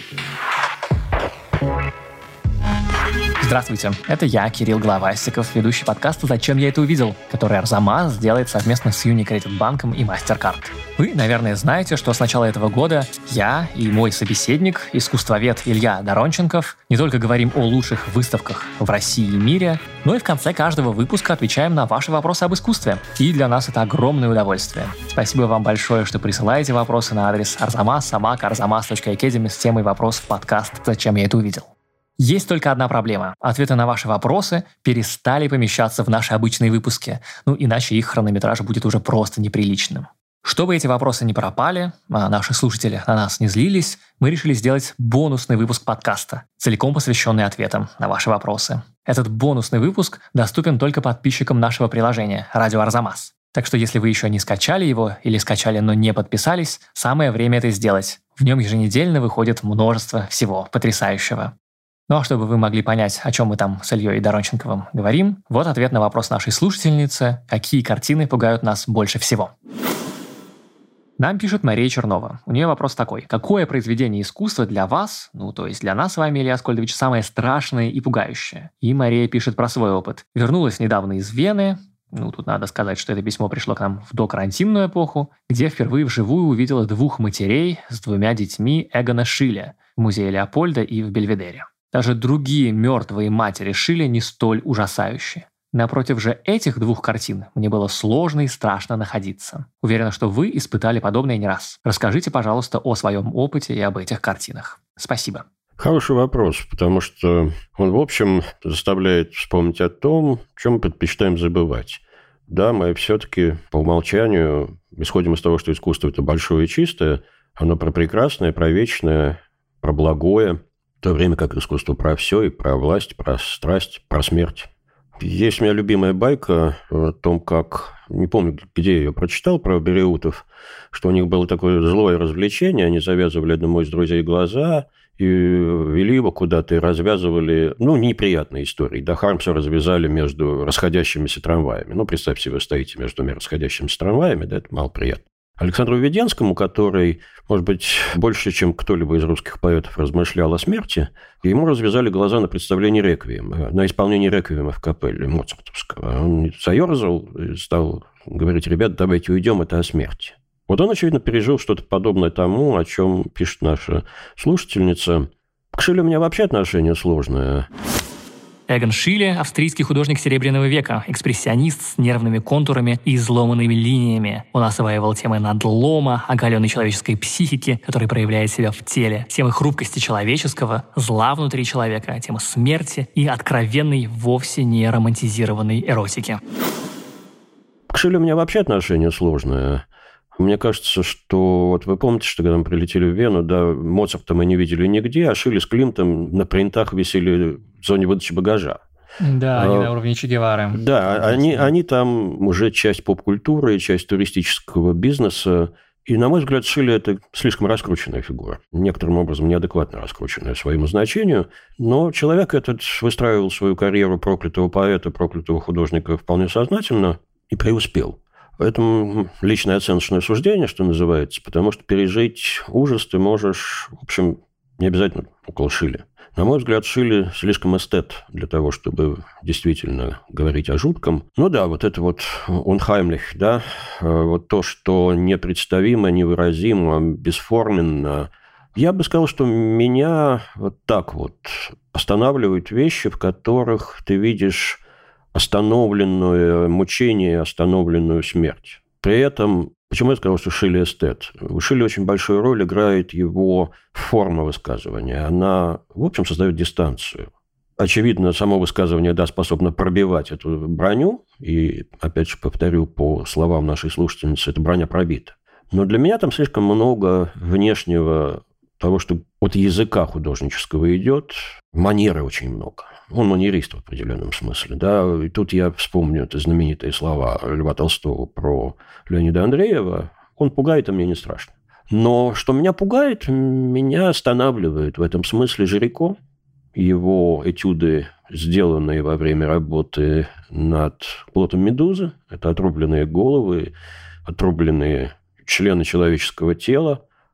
Здравствуйте, это я, Кирилл Главастиков, ведущий подкаста «Зачем я это увидел?», который Арзамас делает совместно с Unicredit банком и MasterCard. Вы, наверное, знаете, что с начала этого года я и мой собеседник, искусствовед Илья Доронченков, не только говорим о лучших выставках в России и мире, но и в конце каждого выпуска отвечаем на ваши вопросы об искусстве. И для нас это огромное удовольствие. Спасибо вам большое, что присылаете вопросы на адрес arzamas@arzamas.academy с темой вопросов подкаст «Зачем я это увидел?». Есть только одна проблема. Ответы на ваши вопросы перестали помещаться в наши обычные выпуски, иначе их хронометраж будет уже просто неприличным. Чтобы эти вопросы не пропали, а наши слушатели на нас не злились, мы решили сделать бонусный выпуск подкаста, целиком посвященный ответам на ваши вопросы. Этот бонусный выпуск доступен только подписчикам нашего приложения «Радио Арзамас». Так что если вы еще не скачали его или скачали, но не подписались, самое время это сделать. В нем еженедельно выходит множество всего потрясающего. Ну а чтобы вы могли понять, о чем мы там с Ильей Доронченковым говорим, вот ответ на вопрос нашей слушательницы: какие картины пугают нас больше всего? Нам пишет Мария Чернова. У нее вопрос такой: какое произведение искусства для вас, то есть для нас с вами, Илья Аскольдович, самое страшное и пугающее? И Мария пишет про свой опыт. Вернулась недавно из Вены. Тут надо сказать, что это письмо пришло к нам в докарантинную эпоху, где впервые вживую увидела двух матерей с двумя детьми Эгона Шилля в музее Леопольда и в Бельведере. Даже другие мертвые матери Шилля не столь ужасающие. Напротив же этих двух картин мне было сложно и страшно находиться. Уверена, что вы испытали подобное не раз. Расскажите, пожалуйста, о своем опыте и об этих картинах. Спасибо. Хороший вопрос, потому что он, в общем, заставляет вспомнить о том, чем мы предпочитаем забывать. Да, мы все-таки по умолчанию исходим из того, что искусство – это большое и чистое, оно про прекрасное, про вечное, про благое, в то время как искусство про все, и про власть, про страсть, про смерть. Есть у меня любимая байка о том, как, не помню, где я ее прочитал, про Бериутов, что у них было такое злое развлечение, они завязывали одному из друзей глаза и вели его куда-то и развязывали, неприятные истории. Да, Хармса развязали между расходящимися трамваями. Представь себе, вы стоите между двумя расходящимися трамваями, да, это малоприятно. Александру Введенскому, который, может быть, больше, чем кто-либо из русских поэтов размышлял о смерти, ему развязали глаза на представлении реквиема, на исполнении реквиема в капелле моцартовского. Он заерзал и стал говорить: ребят, давайте уйдем, это о смерти. Вот он, очевидно, пережил что-то подобное тому, о чем пишет наша слушательница. К Шиллю у меня вообще отношение сложное. Эгон Шилле – австрийский художник Серебряного века, экспрессионист с нервными контурами и изломанными линиями. Он осваивал темы надлома, оголенной человеческой психики, которая проявляет себя в теле, темы хрупкости человеческого, зла внутри человека, темы смерти и откровенной, вовсе не романтизированной эротики. К Шиллю у меня вообще отношение сложное. Мне кажется, что... Вот вы помните, что когда мы прилетели в Вену, да, Моцарта мы не видели нигде, а Шилля с Климтом на принтах висели в зоне выдачи багажа. Да, они на уровне Че Гевары. Да, они там уже часть поп-культуры, часть туристического бизнеса. И, на мой взгляд, Шилля – это слишком раскрученная фигура. Некоторым образом неадекватно раскрученная своему значению. Но человек этот выстраивал свою карьеру проклятого поэта, проклятого художника вполне сознательно и преуспел. Поэтому личное оценочное суждение, что называется, потому что пережить ужас ты можешь, в общем, не обязательно около Шилля. На мой взгляд, Шилля слишком эстет для того, чтобы действительно говорить о жутком. Вот это вот unheimlich, да, вот то, что непредставимо, невыразимо, бесформенно. Я бы сказал, что меня вот так вот останавливают вещи, в которых ты видишь остановленное мучение, остановленную смерть. При этом, почему я сказал, что Шилля эстет? У Шилля очень большую роль играет его форма высказывания. Она, в общем, создает дистанцию. Очевидно, само высказывание, да, способно пробивать эту броню. И, опять же, повторю по словам нашей слушательницы, эта броня пробита. Но для меня там слишком много внешнего того, что от языка художнического идет, манеры очень много. Он манерист в определенном смысле. Да? И тут я вспомню это знаменитые слова Льва Толстого про Леонида Андреева. Он пугает, а мне не страшно. Но что меня пугает, меня останавливает в этом смысле Жирико. Его этюды, сделанные во время работы над плотом Медузы. Это отрубленные головы, отрубленные члены человеческого тела.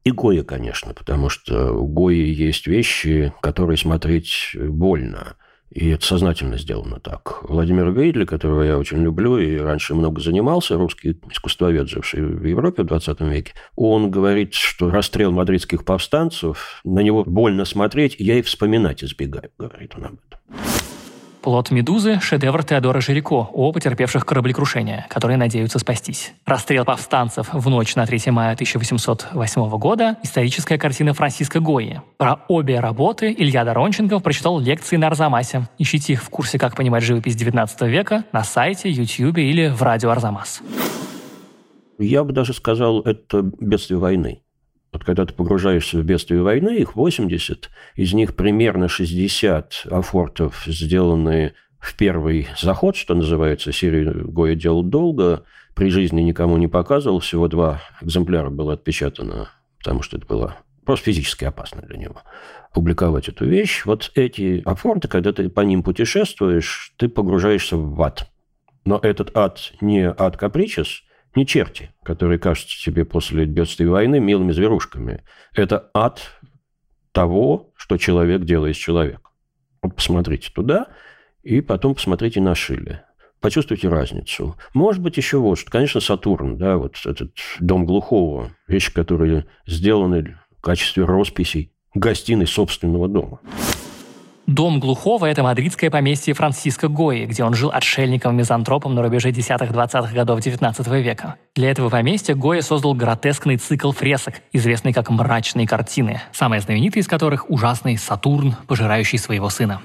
И Гойя, конечно, потому что у Гойи есть вещи, которые смотреть больно. И это сознательно сделано так. Владимир Вейдли, которого я очень люблю и раньше много занимался, русский искусствовед, живший в Европе в 20 веке, он говорит, что расстрел мадридских повстанцев, на него больно смотреть, я и вспоминать избегаю, говорит он об этом. «Плод Медузы» – шедевр Теодора Жирико о потерпевших кораблекрушение, которые надеются спастись. «Расстрел повстанцев в ночь на 3 мая 1808 года» – историческая картина Франциско Гойи. Про обе работы Илья Доронченков прочитал лекции на Арзамасе. Ищите их в курсе «Как понимать живопись XIX века» на сайте, YouTube или в радио Арзамас. Я бы даже сказал, это бедствие войны. Вот когда ты погружаешься в бедствие войны, их 80, из них примерно 60 афортов сделаны в первый заход, что называется, серию Гойя делал долго, при жизни никому не показывал, всего 2 экземпляра было отпечатано, потому что это было просто физически опасно для него публиковать эту вещь. Вот эти афорты, когда ты по ним путешествуешь, ты погружаешься в ад. Но этот ад не ад капричес, не черти, которые кажутся тебе после бедствия войны милыми зверушками. Это ад того, что человек делает с человеком. Вот посмотрите туда, и потом посмотрите на Шилле. Почувствуйте разницу. Может быть, еще вот что. Конечно, Сатурн, да, вот этот дом глухого, вещи, которые сделаны в качестве росписей гостиной собственного дома. Дом глухого – это мадридское поместье Франциско Гойи, где он жил отшельником-мизантропом на рубеже 10-20-х годов XIX века. Для этого поместья Гойя создал гротескный цикл фресок, известный как «Мрачные картины», самая знаменитая из которых – ужасный Сатурн, пожирающий своего сына.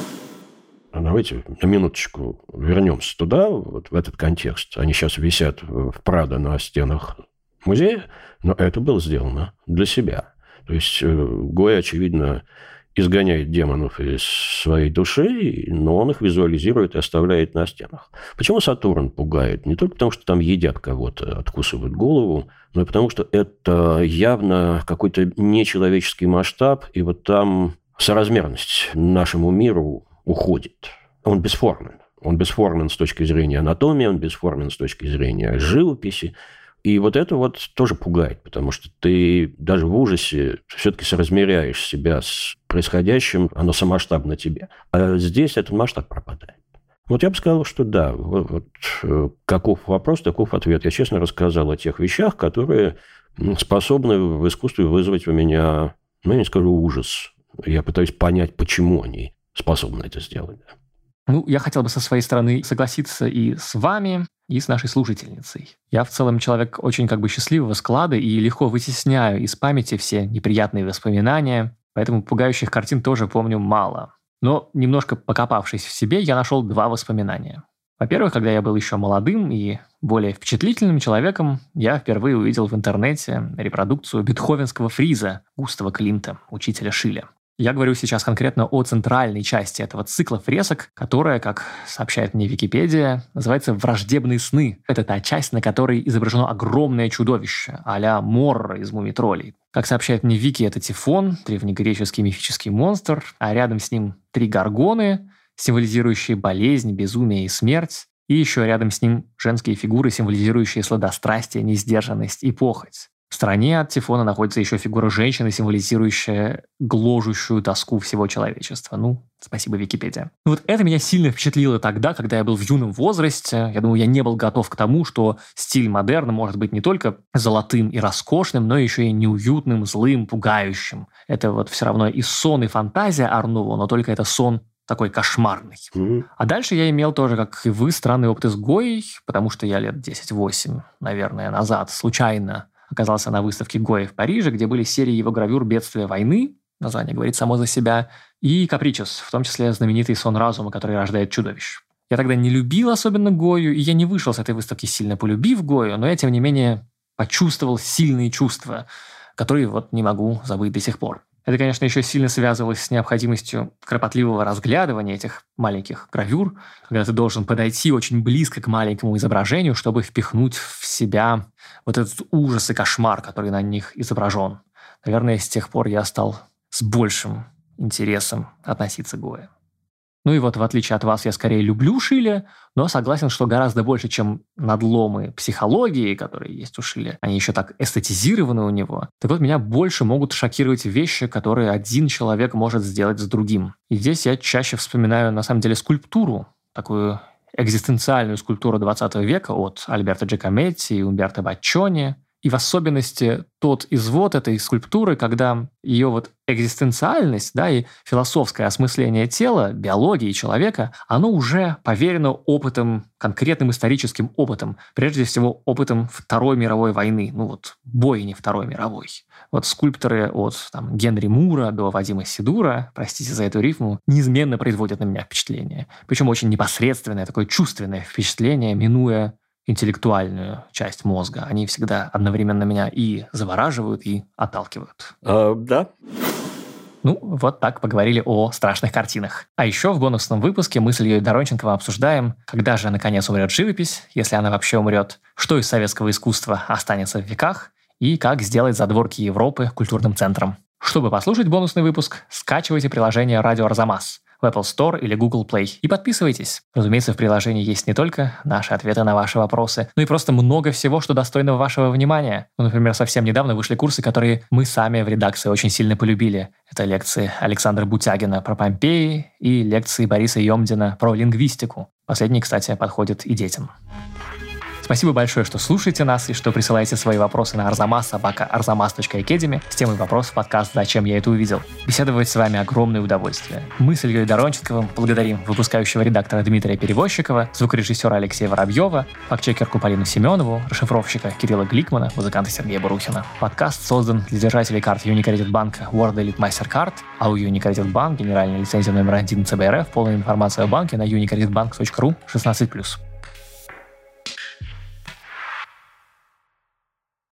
Давайте на минуточку вернемся туда, вот в этот контекст. Они сейчас висят в Прадо на стенах музея, но это было сделано для себя. То есть Гойя, очевидно, изгоняет демонов из своей души, но он их визуализирует и оставляет на стенах. Почему Сатурн пугает? Не только потому, что там едят кого-то, откусывают голову, но и потому, что это явно какой-то нечеловеческий масштаб, и вот там соразмерность нашему миру уходит. Он бесформен. Он бесформен с точки зрения анатомии, он бесформен с точки зрения живописи. И вот это вот тоже пугает, потому что ты даже в ужасе все-таки соразмеряешь себя с происходящим, оно самоштабно тебе. А здесь этот масштаб пропадает. Вот я бы сказал, что да, вот каков вопрос, таков ответ. Я честно рассказал о тех вещах, которые способны в искусстве вызвать у меня, я не скажу ужас. Я пытаюсь понять, почему они способны это сделать. Я хотел бы со своей стороны согласиться и с вами, и с нашей слушательницей. Я в целом человек очень счастливого склада и легко вытесняю из памяти все неприятные воспоминания, поэтому пугающих картин тоже помню мало. Но немножко покопавшись в себе, я нашел 2 воспоминания. Во-первых, когда я был еще молодым и более впечатлительным человеком, я впервые увидел в интернете репродукцию бетховенского фриза Густава Климта, учителя Шилля. Я говорю сейчас конкретно о центральной части этого цикла фресок, которая, как сообщает мне Википедия, называется «Враждебные сны». Это та часть, на которой изображено огромное чудовище, а-ля Морро из «Мумитролей». Как сообщает мне Вики, это Тифон, древнегреческий мифический монстр, а рядом с ним 3 горгоны, символизирующие болезнь, безумие и смерть, и еще рядом с ним женские фигуры, символизирующие сладострастие, несдержанность и похоть. В стороне от Тифона находится еще фигура женщины, символизирующая гложущую тоску всего человечества. Спасибо, Википедия. Вот это меня сильно впечатлило тогда, когда я был в юном возрасте. Я думаю, я не был готов к тому, что стиль модерна может быть не только золотым и роскошным, но еще и неуютным, злым, пугающим. Это вот все равно и сон, и фантазия Ар-Нуво, но только это сон такой кошмарный. А дальше я имел тоже, как и вы, странный опыт с Гойей, потому что я лет 10-8, наверное, назад случайно оказался на выставке Гойи в Париже, где были серии его гравюр «Бедствия войны», название говорит само за себя, и «Капричес», в том числе знаменитый «Сон разума», который рождает чудовищ. Я тогда не любил особенно Гойю, и я не вышел с этой выставки сильно полюбив Гойю, но я, тем не менее, почувствовал сильные чувства, которые не могу забыть до сих пор. Это, конечно, еще сильно связывалось с необходимостью кропотливого разглядывания этих маленьких гравюр, когда ты должен подойти очень близко к маленькому изображению, чтобы впихнуть в себя вот этот ужас и кошмар, который на них изображен. Наверное, с тех пор я стал с большим интересом относиться к Гойе. Ну и вот в отличие от вас я скорее люблю Шиле, но согласен, что гораздо больше, чем надломы психологии, которые есть у Шиле, они еще так эстетизированы у него. Так вот, меня больше могут шокировать вещи, которые один человек может сделать с другим. И здесь я чаще вспоминаю, на самом деле, скульптуру, такую экзистенциальную скульптуру 20 века от Альберто Джакометти и Умберто Баччони. И в особенности тот извод этой скульптуры, когда ее вот экзистенциальность, да, и философское осмысление тела, биологии человека, оно уже поверено опытом, конкретным историческим опытом, прежде всего опытом Второй мировой войны, ну вот бойни Второй мировой. Вот скульпторы от Генри Мура до Вадима Сидура, простите за эту рифму, неизменно производят на меня впечатление. Причем очень непосредственное, такое чувственное впечатление, минуя интеллектуальную часть мозга. Они всегда одновременно меня и завораживают, и отталкивают. Да. Ну, вот так поговорили о страшных картинах. А еще в бонусном выпуске мы с Ильей Доронченковым обсуждаем, когда же наконец умрет живопись, если она вообще умрет, что из советского искусства останется в веках и как сделать задворки Европы культурным центром. Чтобы послушать бонусный выпуск, скачивайте приложение «Радио Арзамас» в Apple Store или Google Play и подписывайтесь. Разумеется, в приложении есть не только наши ответы на ваши вопросы, но и просто много всего, что достойно вашего внимания. Ну, например, совсем недавно вышли курсы, которые мы сами в редакции очень сильно полюбили. Это лекции Александра Бутягина про Помпеи и лекции Бориса Емдина про лингвистику. Последний, кстати, подходит и детям. Спасибо большое, что слушаете нас и что присылаете свои вопросы на arzamas@arzamas.academy с темой вопросов подкаст «Зачем я это увидел?». Беседовать с вами огромное удовольствие. Мы с Ильей Доронченковым благодарим выпускающего редактора Дмитрия Перевозчикова, звукорежиссера Алексея Воробьева, фактчекерку Полину Семенову, расшифровщика Кирилла Гликмана, музыканта Сергея Барухина. Подкаст создан для держателей карт Unicredit банка World Elite MasterCard, а у Unicredit Bank генеральная лицензия номер 1 ЦБ РФ. Полная информация о банке на unicreditbank.ru 16+.